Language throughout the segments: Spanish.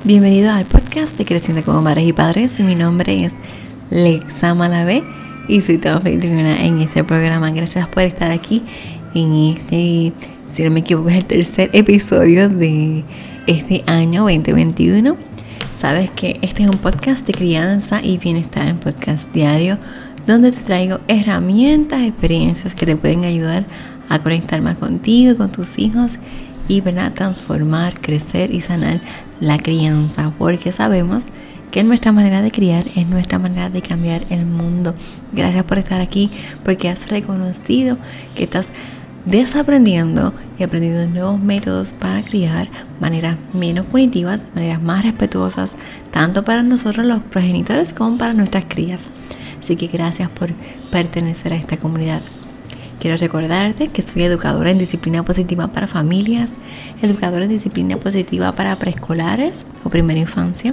Bienvenido al podcast de Creciendo como Madres y Padres. Mi nombre es Lexa Malavé y soy tu anfitriona en este programa. Gracias por estar aquí en este, si no me equivoco, es el tercer episodio de este año 2021. Sabes que este es un podcast de crianza y bienestar, un podcast diario donde te traigo herramientas, experiencias que te pueden ayudar a conectar más contigo y con tus hijos y transformar, crecer y sanar la crianza, porque sabemos que nuestra manera de criar es nuestra manera de cambiar el mundo. Gracias por estar aquí, porque has reconocido que estás desaprendiendo y aprendiendo nuevos métodos para criar, maneras menos punitivas, maneras más respetuosas, tanto para nosotros los progenitores como para nuestras crías. Así que gracias por pertenecer a esta comunidad. Quiero recordarte que soy educadora en disciplina positiva para familias, educadora en disciplina positiva para preescolares o primera infancia,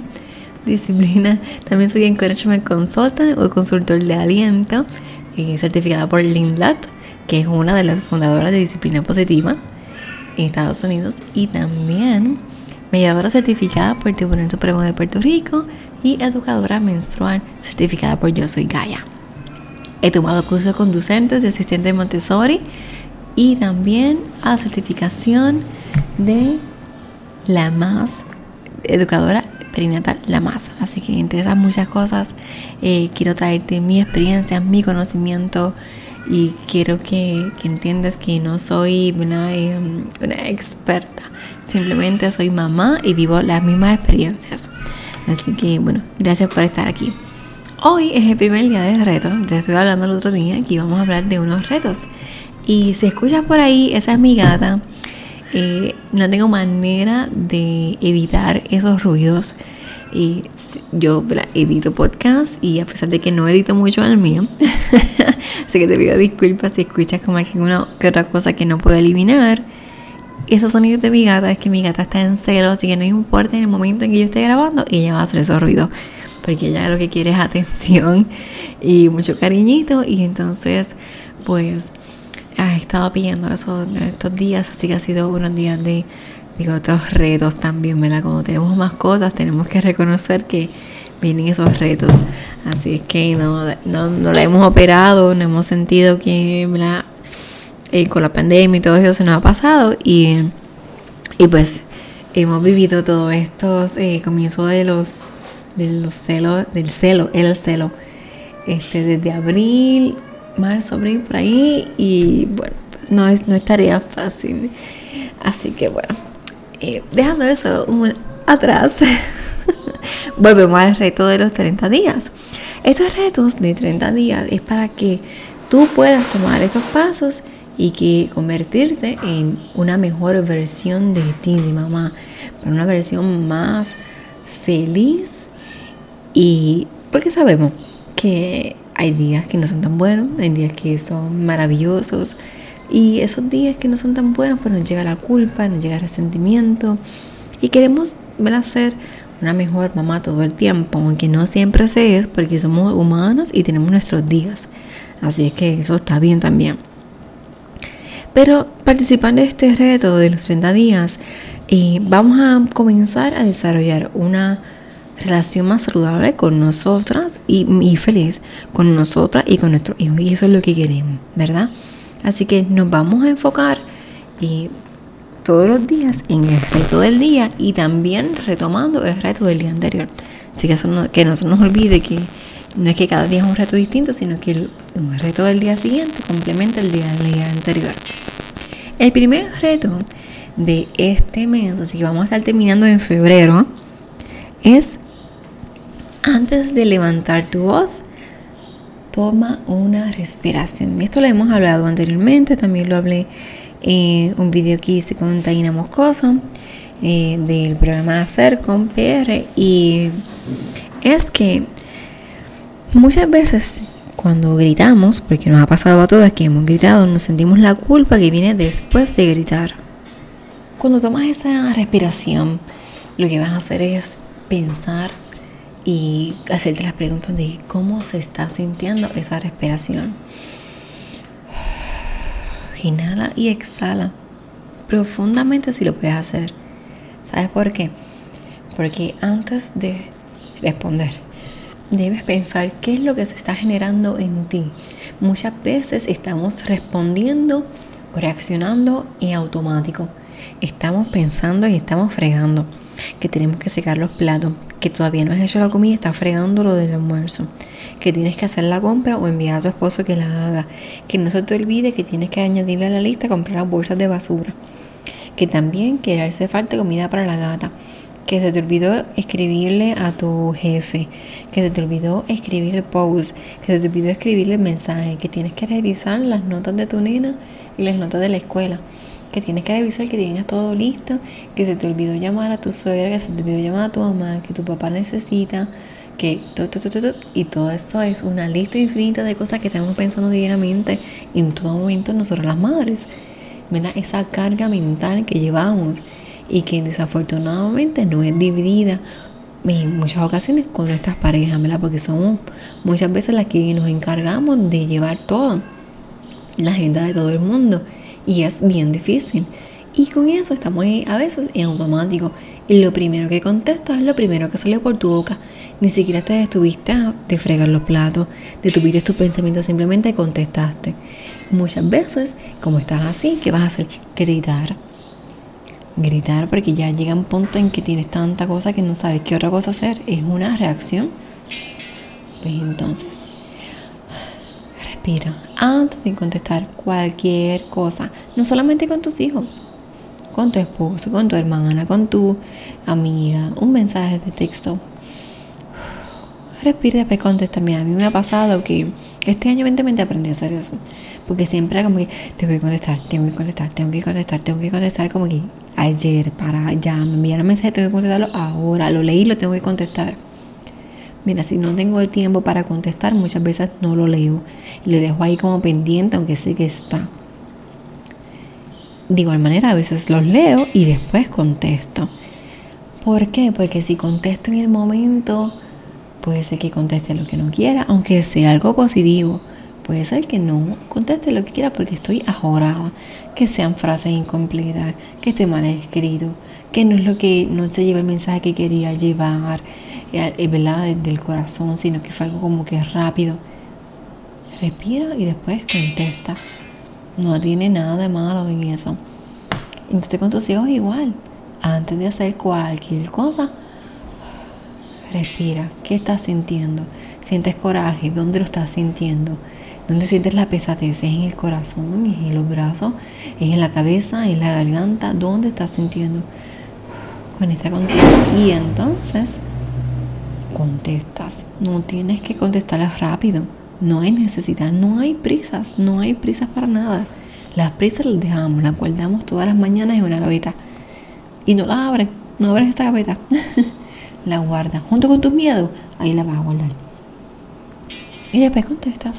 también soy Encouragement Consultant o consultor de aliento, certificada por Lindblad, que es una de las fundadoras de disciplina positiva en Estados Unidos, y también mediadora certificada por el Tribunal Supremo de Puerto Rico y educadora menstrual certificada por Yo Soy Gaia. He tomado cursos conducentes de asistente Montessori y también a la certificación de la MAS, educadora perinatal la MAS. Así que entre esas muchas cosas quiero traerte mi experiencia, mi conocimiento, y quiero que entiendas que no soy una experta. Simplemente soy mamá y vivo las mismas experiencias. Así que gracias por estar aquí. Hoy es el primer día de reto. Ya estuve hablando el otro día que íbamos a hablar de unos retos. Y si escuchas por ahí, esa es mi gata. No tengo manera de evitar esos ruidos. Yo edito podcast y a pesar de que no edito mucho el mío, así que te pido disculpas si escuchas como alguna que otra cosa que no puedo eliminar. Esos sonidos de mi gata es que mi gata está en celo, así que no importa en el momento en que yo esté grabando, ella va a hacer esos ruidos. Porque ella lo que quiere es atención y mucho cariñito. Y entonces, he estado pidiendo eso estos días. Así que ha sido unos días de otros retos también, ¿verdad? Cuando tenemos más cosas, tenemos que reconocer que vienen esos retos. Así es que no la hemos operado, no hemos sentido que, ¿verdad? Con la pandemia y todo eso se nos ha pasado. Y pues hemos vivido todos estos comienzos del celo, desde abril, marzo, abril, por ahí, y no es tarea fácil. Así que dejando eso atrás, volvemos al reto de los 30 días. Estos retos de 30 días es para que tú puedas tomar estos pasos y que convertirte en una mejor versión de ti, de mamá, para una versión más feliz. Y porque sabemos que hay días que no son tan buenos, hay días que son maravillosos, y esos días que no son tan buenos, pues nos llega la culpa, nos llega el resentimiento, y queremos ser una mejor mamá todo el tiempo, aunque no siempre se es, porque somos humanos y tenemos nuestros días. Así es que eso está bien también. Pero participando de este reto de los 30 días, vamos a comenzar a desarrollar una relación más saludable con nosotras y feliz con nosotras y con nuestros hijos, y eso es lo que queremos, ¿verdad? Así que nos vamos a enfocar todos los días en el reto del día y también retomando el reto del día anterior. Así que no se nos olvide que no es que cada día es un reto distinto, sino que el reto del día siguiente complementa el día anterior. El primer reto de este mes, así que vamos a estar terminando en febrero, es: antes de levantar tu voz, toma una respiración. Esto lo hemos hablado anteriormente, también lo hablé en un video que hice con Taina Moscoso del programa Hacer con PR. Y es que muchas veces cuando gritamos, porque nos ha pasado a todas que hemos gritado, nos sentimos la culpa que viene después de gritar. Cuando tomas esa respiración, lo que vas a hacer es pensar y hacerte las preguntas de cómo se está sintiendo esa respiración. Inhala y exhala profundamente si lo puedes hacer. ¿Sabes por qué? Porque antes de responder, debes pensar qué es lo que se está generando en ti. Muchas veces estamos respondiendo o reaccionando en automático. Estamos pensando y estamos fregando que tenemos que secar los platos, que todavía no has hecho la comida y estás fregando lo del almuerzo, que tienes que hacer la compra o enviar a tu esposo que la haga, que no se te olvide que tienes que añadirle a la lista comprar las bolsas de basura, que también que hace falta comida para la gata, que se te olvidó escribirle a tu jefe, que se te olvidó escribirle el post, que se te olvidó escribirle el mensaje, que tienes que revisar las notas de tu nena y las notas de la escuela, que tienes que revisar que tienes todo listo, que se te olvidó llamar a tu suegra, que se te olvidó llamar a tu mamá, que tu papá necesita, que y todo eso es una lista infinita de cosas que estamos pensando diariamente en todo momento nosotros las madres, ¿verdad? Esa carga mental que llevamos y que desafortunadamente no es dividida en muchas ocasiones con nuestras parejas, ¿verdad? Porque somos muchas veces las que nos encargamos de llevar toda la agenda de todo el mundo y es bien difícil. Y con eso estamos a veces en automático. Y lo primero que contestas es lo primero que sale por tu boca. Ni siquiera te detuviste de fregar los platos, detuviste tus pensamientos, simplemente contestaste. Muchas veces, como estás así, ¿qué vas a hacer? Gritar porque ya llega un punto en que tienes tanta cosa que no sabes qué otra cosa hacer. Es una reacción. Pues entonces, respira antes de contestar cualquier cosa. No solamente con tus hijos, con tu esposo, con tu hermana, con tu amiga, un mensaje de texto. Respira y después contesta. Mira, a mí me ha pasado que este año 2020 aprendí a hacer eso. Porque siempre era como que tengo que contestar, como que ayer, ya me enviaron mensaje, tengo que contestarlo ahora, lo leí, lo tengo que contestar. Mira, si no tengo el tiempo para contestar, muchas veces no lo leo y lo dejo ahí como pendiente, aunque sé que está. De igual manera, a veces los leo y después contesto. ¿Por qué? Porque si contesto en el momento, puede ser que conteste lo que no quiera, aunque sea algo positivo. Puede ser que no conteste lo que quiera porque estoy ajorada, que sean frases incompletas, que esté mal escrito, que no es lo que no se lleva el mensaje que quería llevar, ¿verdad? Del corazón, sino que fue algo como que rápido. Respira y después contesta. No tiene nada de malo en eso. Entonces con tus hijos igual. Antes de hacer cualquier cosa, respira. ¿Qué estás sintiendo? ¿Sientes coraje? ¿Dónde lo estás sintiendo? ¿Dónde sientes la pesadez? ¿Es en el corazón? ¿Es en los brazos? ¿Es en la cabeza? ¿Es en la garganta? ¿Dónde estás sintiendo? Conecta contigo. Y entonces contestas. No tienes que contestarlas rápido. No hay necesidad. No hay prisas. No hay prisas para nada. Las prisas las dejamos. Las guardamos todas las mañanas en una gaveta. Y no las abres. No abres esta gaveta. La guardas. Junto con tus miedos. Ahí la vas a guardar. Y después contestas.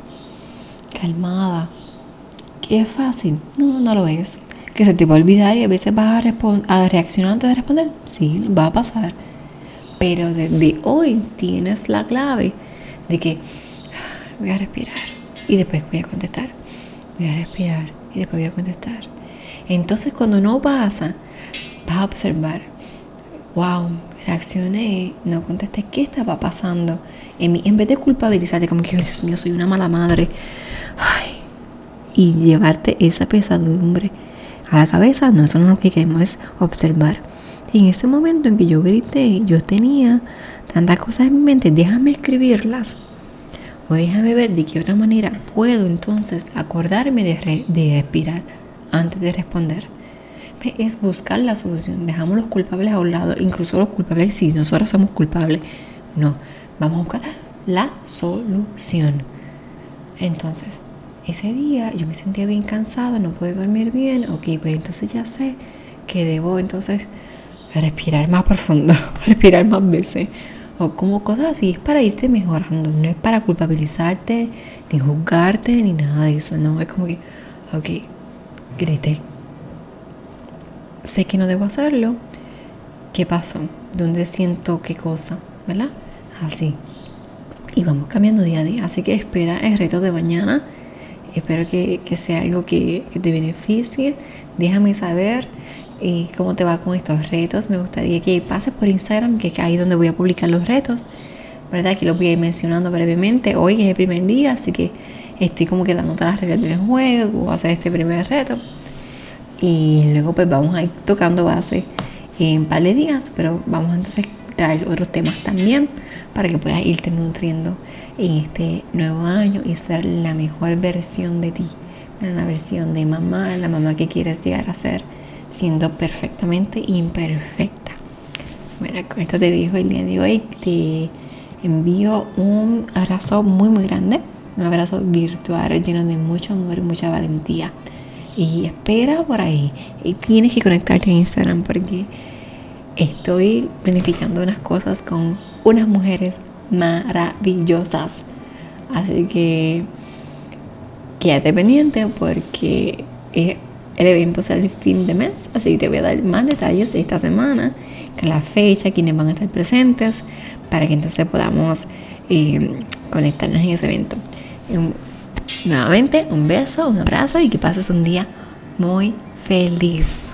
Calmada. ¿Que es fácil? No, no lo es. ¿Que se te va a olvidar y a veces vas a reaccionar antes de responder? Sí, va a pasar. Pero desde hoy tienes la clave de que voy a respirar y después voy a contestar. Voy a respirar y después voy a contestar. Entonces cuando no pasa, vas a observar. Wow, reaccioné, no contesté. ¿Qué estaba pasando en mí? En vez de culpabilizarte como que, Dios mío, soy una mala madre. Ay, y llevarte esa pesadumbre a la cabeza, no, eso no es lo que queremos, es observar. Y en ese momento en que yo grité, yo tenía tantas cosas en mi mente, déjame escribirlas o déjame ver de qué otra manera puedo entonces acordarme de respirar antes de responder. Es buscar la solución. Dejamos los culpables a un lado, incluso los culpables, si nosotros somos culpables, no, vamos a buscar la solución. Entonces, ese día yo me sentía bien cansada, no pude dormir bien. Ok, pues entonces ya sé que debo entonces respirar más profundo, respirar más veces, o como cosas así. Es para irte mejorando, no es para culpabilizarte, ni juzgarte, ni nada de eso. No, es como que, ok, grité, sé que no debo hacerlo. ¿Qué pasó? ¿Dónde siento qué cosa? ¿Verdad? Así. Y vamos cambiando día a día. Así que espera el reto de mañana. Espero que sea algo que te beneficie. Déjame saber cómo te va con estos retos. Me gustaría que pases por Instagram, que es ahí donde voy a publicar los retos, ¿verdad? Aquí los voy a ir mencionando brevemente. Hoy es el primer día, así que estoy como que dando todas las reglas del juego, cómo va a ser este primer reto. Y luego pues vamos a ir tocando base en un par de días, pero vamos entonces a traer otros temas también para que puedas irte nutriendo en este nuevo año y ser la mejor versión de ti, una versión de mamá, la mamá que quieres llegar a ser, siendo perfectamente imperfecta. Bueno, con esto te dejo el día de hoy. Te envío un abrazo muy muy grande, un abrazo virtual lleno de mucho amor y mucha valentía. Y espera por ahí. Y tienes que conectarte en Instagram porque estoy planificando unas cosas con unas mujeres maravillosas. Así que quédate pendiente porque el evento será el fin de mes. Así que te voy a dar más detalles esta semana, con la fecha, quiénes van a estar presentes, para que entonces podamos conectarnos en ese evento. Nuevamente, un beso, un abrazo y que pases un día muy feliz.